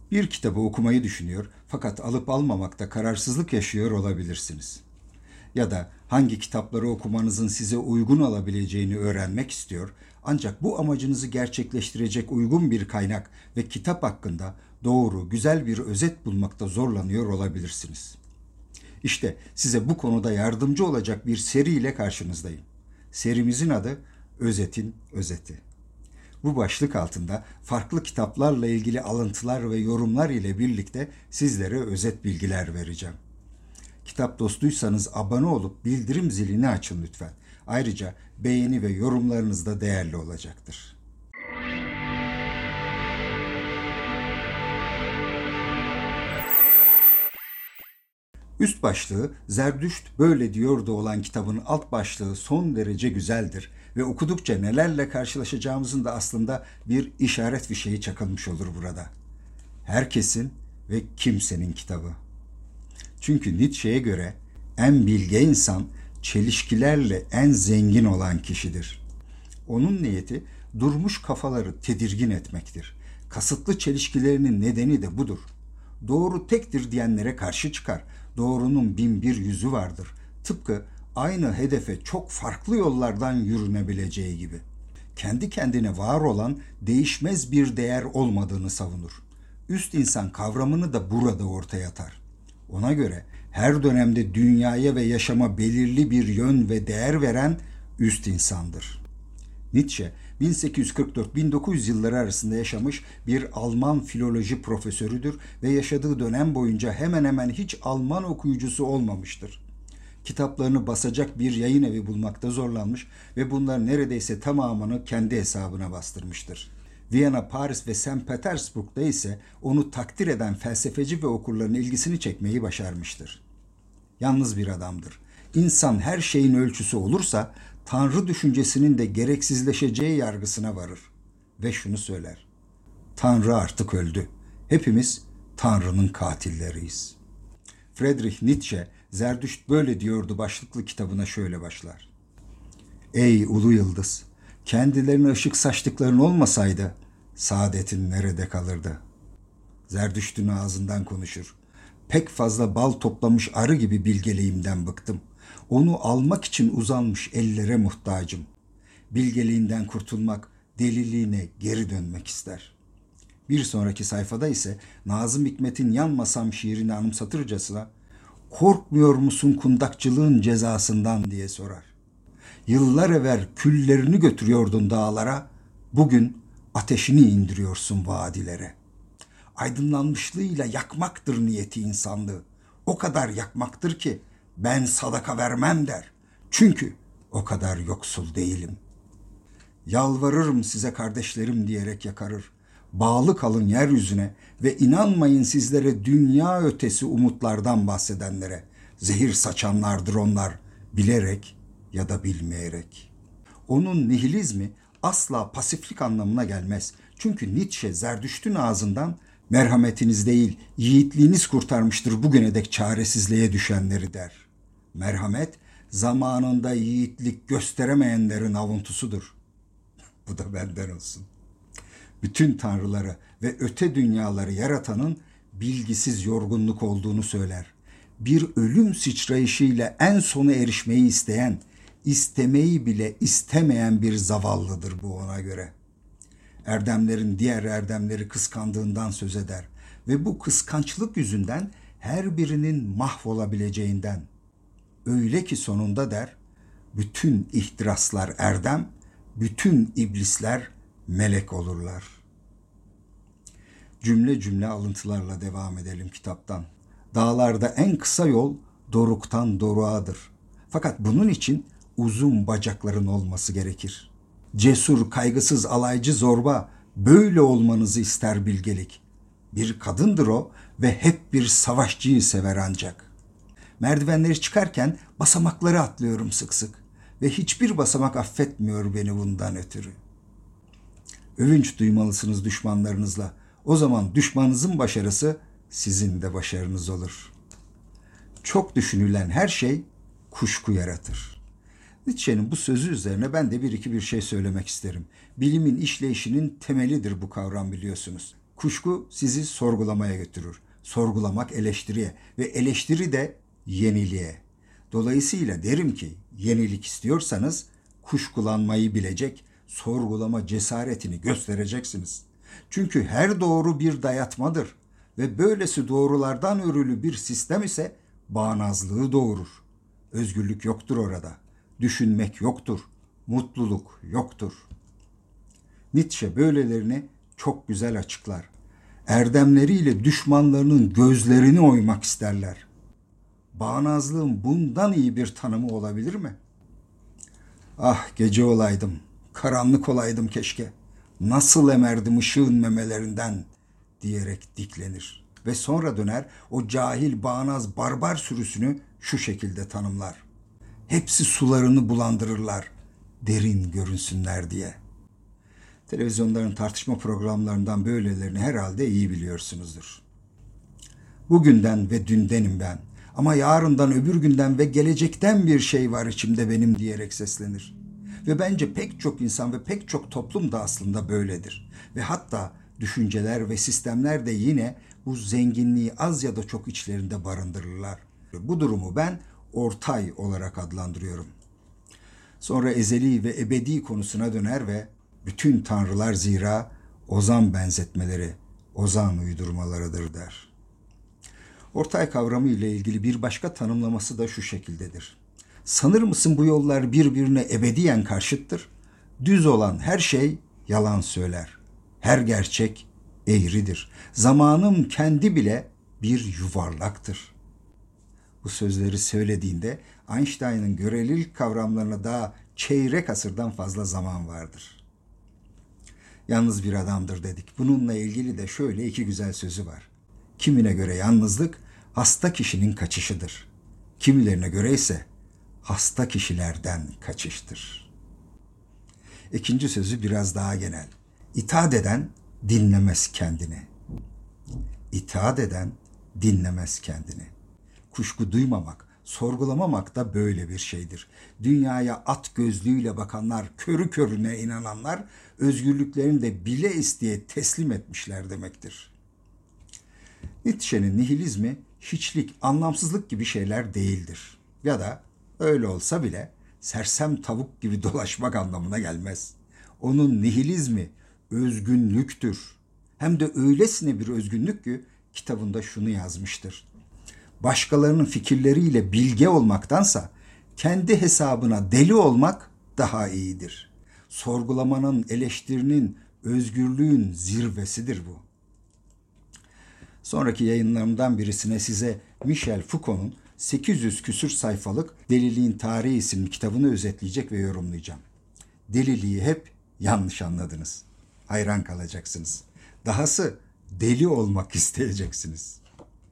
Bir kitabı okumayı düşünüyor fakat alıp almamakta kararsızlık yaşıyor olabilirsiniz. Ya da hangi kitapları okumanızın size uygun olabileceğini öğrenmek istiyor ancak bu amacınızı gerçekleştirecek uygun bir kaynak ve kitap hakkında doğru, güzel bir özet bulmakta zorlanıyor olabilirsiniz. İşte size bu konuda yardımcı olacak bir seriyle karşınızdayım. Serimizin adı Özetin Özeti. Bu başlık altında farklı kitaplarla ilgili alıntılar ve yorumlar ile birlikte sizlere özet bilgiler vereceğim. Kitap dostuysanız abone olup bildirim zilini açın lütfen. Ayrıca beğeni ve yorumlarınız da değerli olacaktır. Üst başlığı Zerdüşt böyle diyordu olan kitabın alt başlığı son derece güzeldir ve okudukça nelerle karşılaşacağımızın da aslında bir işaret fişeği çakılmış olur burada. Herkesin ve kimsenin kitabı. Çünkü Nietzsche'ye göre en bilge insan çelişkilerle en zengin olan kişidir. Onun niyeti durmuş kafaları tedirgin etmektir. Kasıtlı çelişkilerinin nedeni de budur. Doğru tektir diyenlere karşı çıkar. Doğrunun bin bir yüzü vardır. Tıpkı aynı hedefe çok farklı yollardan yürünebileceği gibi. Kendi kendine var olan değişmez bir değer olmadığını savunur. Üst insan kavramını da burada ortaya atar. Ona göre her dönemde dünyaya ve yaşama belirli bir yön ve değer veren üst insandır. Nietzsche 1844-1900 yılları arasında yaşamış bir Alman filoloji profesörüdür ve yaşadığı dönem boyunca hemen hemen hiç Alman okuyucusu olmamıştır. Kitaplarını basacak bir yayın evi bulmakta zorlanmış ve bunların neredeyse tamamını kendi hesabına bastırmıştır. Viyana, Paris ve St. Petersburg'da ise onu takdir eden felsefeci ve okurların ilgisini çekmeyi başarmıştır. Yalnız bir adamdır. İnsan her şeyin ölçüsü olursa Tanrı düşüncesinin de gereksizleşeceği yargısına varır. Ve şunu söyler. Tanrı artık öldü. Hepimiz Tanrı'nın katilleriyiz. Friedrich Nietzsche, Zerdüşt böyle diyordu başlıklı kitabına şöyle başlar. Ey ulu yıldız, kendilerine ışık saçtıkların olmasaydı saadetin nerede kalırdı? Zerdüşt'ün ağzından konuşur. Pek fazla bal toplamış arı gibi bilgeliğimden bıktım. Onu almak için uzanmış ellere muhtacım. Bilgeliğinden kurtulmak, deliliğine geri dönmek ister. Bir sonraki sayfada ise Nazım Hikmet'in Yanmasam şiirini anımsatırcasına korkmuyor musun kundakçılığın cezasından diye sorar. Yıllar evvel küllerini götürüyordun dağlara, bugün ateşini indiriyorsun vadilere. Aydınlanmışlığıyla yakmaktır niyeti insanlığı. O kadar yakmaktır ki ben sadaka vermem der. Çünkü o kadar yoksul değilim. Yalvarırım size kardeşlerim diyerek yakarır. Bağlı kalın yeryüzüne ve inanmayın sizlere dünya ötesi umutlardan bahsedenlere. Zehir saçanlardır onlar, bilerek ya da bilmeyerek. Onun nihilizmi asla pasiflik anlamına gelmez. Çünkü Nietzsche Zerdüşt'ün ağzından merhametiniz değil, yiğitliğiniz kurtarmıştır bugüne dek çaresizliğe düşenleri der. Merhamet, zamanında yiğitlik gösteremeyenlerin avuntusudur. Bu da benden olsun. Bütün tanrıları ve öte dünyaları yaratanın bilgisiz yorgunluk olduğunu söyler. Bir ölüm sıçrayışıyla en sona erişmeyi isteyen, istemeyi bile istemeyen bir zavallıdır bu ona göre. Erdemlerin diğer erdemleri kıskandığından söz eder ve bu kıskançlık yüzünden her birinin mahvolabileceğinden. Öyle ki sonunda der, bütün ihtiraslar erdem, bütün iblisler melek olurlar. Cümle cümle alıntılarla devam edelim kitaptan. Dağlarda en kısa yol doruktan doruğadır. Fakat bunun için uzun bacakların olması gerekir. Cesur, kaygısız, alaycı zorba, böyle olmanızı ister bilgelik. Bir kadındır o ve hep bir savaşçıyı sever ancak. Merdivenleri çıkarken basamakları atlıyorum sık sık ve hiçbir basamak affetmiyor beni bundan ötürü. Övünç duymalısınız düşmanlarınızla. O zaman düşmanınızın başarısı sizin de başarınız olur. Çok düşünülen her şey kuşku yaratır. Nietzsche'nin bu sözü üzerine ben de bir şey söylemek isterim. Bilimin işleyişinin temelidir bu kavram biliyorsunuz. Kuşku sizi sorgulamaya götürür. Sorgulamak eleştiriye ve eleştiri de yeniliğe. Dolayısıyla derim ki yenilik istiyorsanız kuşkulanmayı bilecek, sorgulama cesaretini göstereceksiniz. Çünkü her doğru bir dayatmadır ve böylesi doğrulardan örülü bir sistem ise bağnazlığı doğurur. Özgürlük yoktur orada. Düşünmek yoktur. Mutluluk yoktur. Nietzsche böylelerini çok güzel açıklar. Erdemleriyle düşmanlarının gözlerini oymak isterler. Bağnazlığın bundan iyi bir tanımı olabilir mi? Ah gece olaydım, karanlık olaydım keşke. Nasıl emerdim ışığın memelerinden diyerek diklenir. Ve sonra döner o cahil bağnaz barbar sürüsünü şu şekilde tanımlar. Hepsi sularını bulandırırlar, derin görünsünler diye. Televizyonların tartışma programlarından böylelerini herhalde iyi biliyorsunuzdur. Bugünden ve dündenim ben ama yarından öbür günden ve gelecekten bir şey var içimde benim diyerek seslenir. Ve bence pek çok insan ve pek çok toplum da aslında böyledir. Ve hatta düşünceler ve sistemler de yine bu zenginliği az ya da çok içlerinde barındırırlar. Bu durumu ben ortay olarak adlandırıyorum. Sonra ezeli ve ebedi konusuna döner ve bütün tanrılar zira ozan benzetmeleri, ozan uydurmalarıdır der. Ortay kavramı ile ilgili bir başka tanımlaması da şu şekildedir. Sanır mısın bu yollar birbirine ebediyen karşıttır? Düz olan her şey yalan söyler. Her gerçek eğridir. Zamanın kendi bile bir yuvarlaktır. Bu sözleri söylediğinde Einstein'ın görelilik kavramlarına daha çeyrek asırdan fazla zaman vardır. Yalnız bir adamdır dedik. Bununla ilgili de şöyle iki güzel sözü var. Kimine göre yalnızlık hasta kişinin kaçışıdır. Kimilerine göre ise hasta kişilerden kaçıştır. İkinci sözü biraz daha genel. İtaat eden dinlemez kendini. İtaat eden dinlemez kendini. Kuşku duymamak, sorgulamamak da böyle bir şeydir. Dünyaya at gözlüğüyle bakanlar, körü körüne inananlar, özgürlüklerini de bile isteye teslim etmişler demektir. Nietzsche'nin nihilizmi hiçlik, anlamsızlık gibi şeyler değildir. Ya da öyle olsa bile sersem tavuk gibi dolaşmak anlamına gelmez. Onun nihilizmi özgünlüktür. Hem de öylesine bir özgünlük ki kitabında şunu yazmıştır. Başkalarının fikirleriyle bilge olmaktansa kendi hesabına deli olmak daha iyidir. Sorgulamanın, eleştirinin, özgürlüğün zirvesidir bu. Sonraki yayınlarımdan birisine size Michel Foucault'un 800 küsür sayfalık Deliliğin Tarihi isimli kitabını özetleyecek ve yorumlayacağım. Deliliği hep yanlış anladınız. Hayran kalacaksınız. Dahası deli olmak isteyeceksiniz.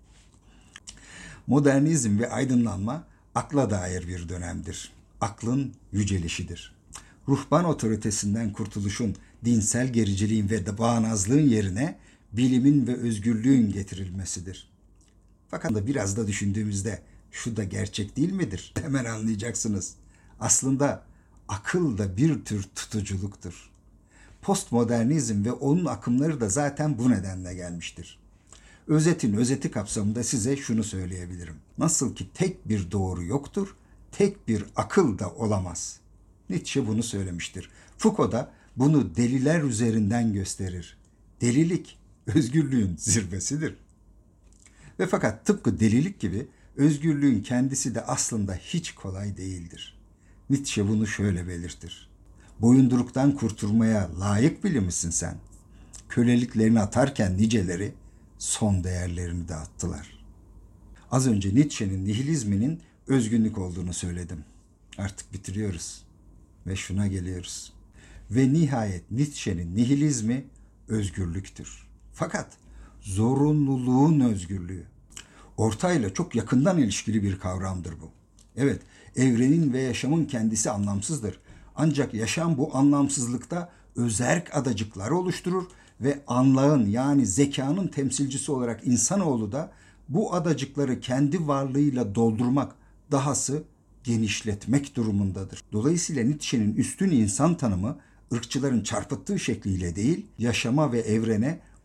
Modernizm ve aydınlanma akla dair bir dönemdir. Aklın yücelişidir. Ruhban otoritesinden kurtuluşun, dinsel gericiliğin ve bağnazlığın yerine bilimin ve özgürlüğün getirilmesidir. Fakat da biraz da düşündüğümüzde şu da gerçek değil midir? Hemen anlayacaksınız. Aslında akıl da bir tür tutuculuktur. Postmodernizm ve onun akımları da zaten bu nedenle gelmiştir. Özetin özeti kapsamında size şunu söyleyebilirim. Nasıl ki tek bir doğru yoktur, tek bir akıl da olamaz. Nietzsche bunu söylemiştir. Foucault da bunu deliler üzerinden gösterir. Delilik özgürlüğün zirvesidir. Ve fakat tıpkı delilik gibi özgürlüğün kendisi de aslında hiç kolay değildir. Nietzsche bunu şöyle belirtir. Boyunduruktan kurtulmaya layık bile misin sen? Köleliklerini atarken niceleri son değerlerini de attılar. Az önce Nietzsche'nin nihilizminin özgünlük olduğunu söyledim. Artık bitiriyoruz ve şuna geliyoruz. Ve nihayet Nietzsche'nin nihilizmi özgürlüktür. Fakat zorunluluğun özgürlüğü. Ortayla çok yakından ilişkili bir kavramdır bu. Evet, evrenin ve yaşamın kendisi anlamsızdır. Ancak yaşam bu anlamsızlıkta özerk adacıklar oluşturur ve anlağın yani zekanın temsilcisi olarak insanoğlu da bu adacıkları kendi varlığıyla doldurmak, dahası genişletmek durumundadır. Dolayısıyla Nietzsche'nin üstün insan tanımı ırkçıların çarpıttığı şekliyle değil, yaşama ve evrene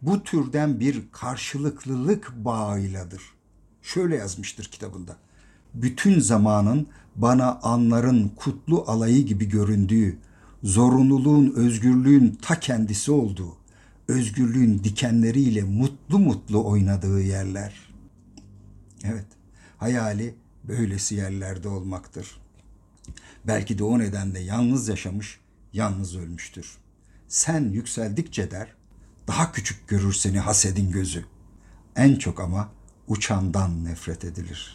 bu türden bir karşılıklılık bağıyladır. Şöyle yazmıştır kitabında. Bütün zamanın bana anların kutlu alayı gibi göründüğü, zorunluluğun özgürlüğün ta kendisi olduğu, özgürlüğün dikenleriyle mutlu mutlu oynadığı yerler. Evet, hayali böylesi yerlerde olmaktır. Belki de o nedenle yalnız yaşamış, yalnız ölmüştür. Sen yükseldikçe der, daha küçük görür seni hasedin gözü. En çok ama uçandan nefret edilir.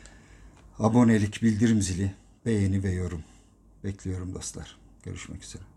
Abonelik, bildirim zili, beğeni ve yorum. Bekliyorum dostlar. Görüşmek üzere.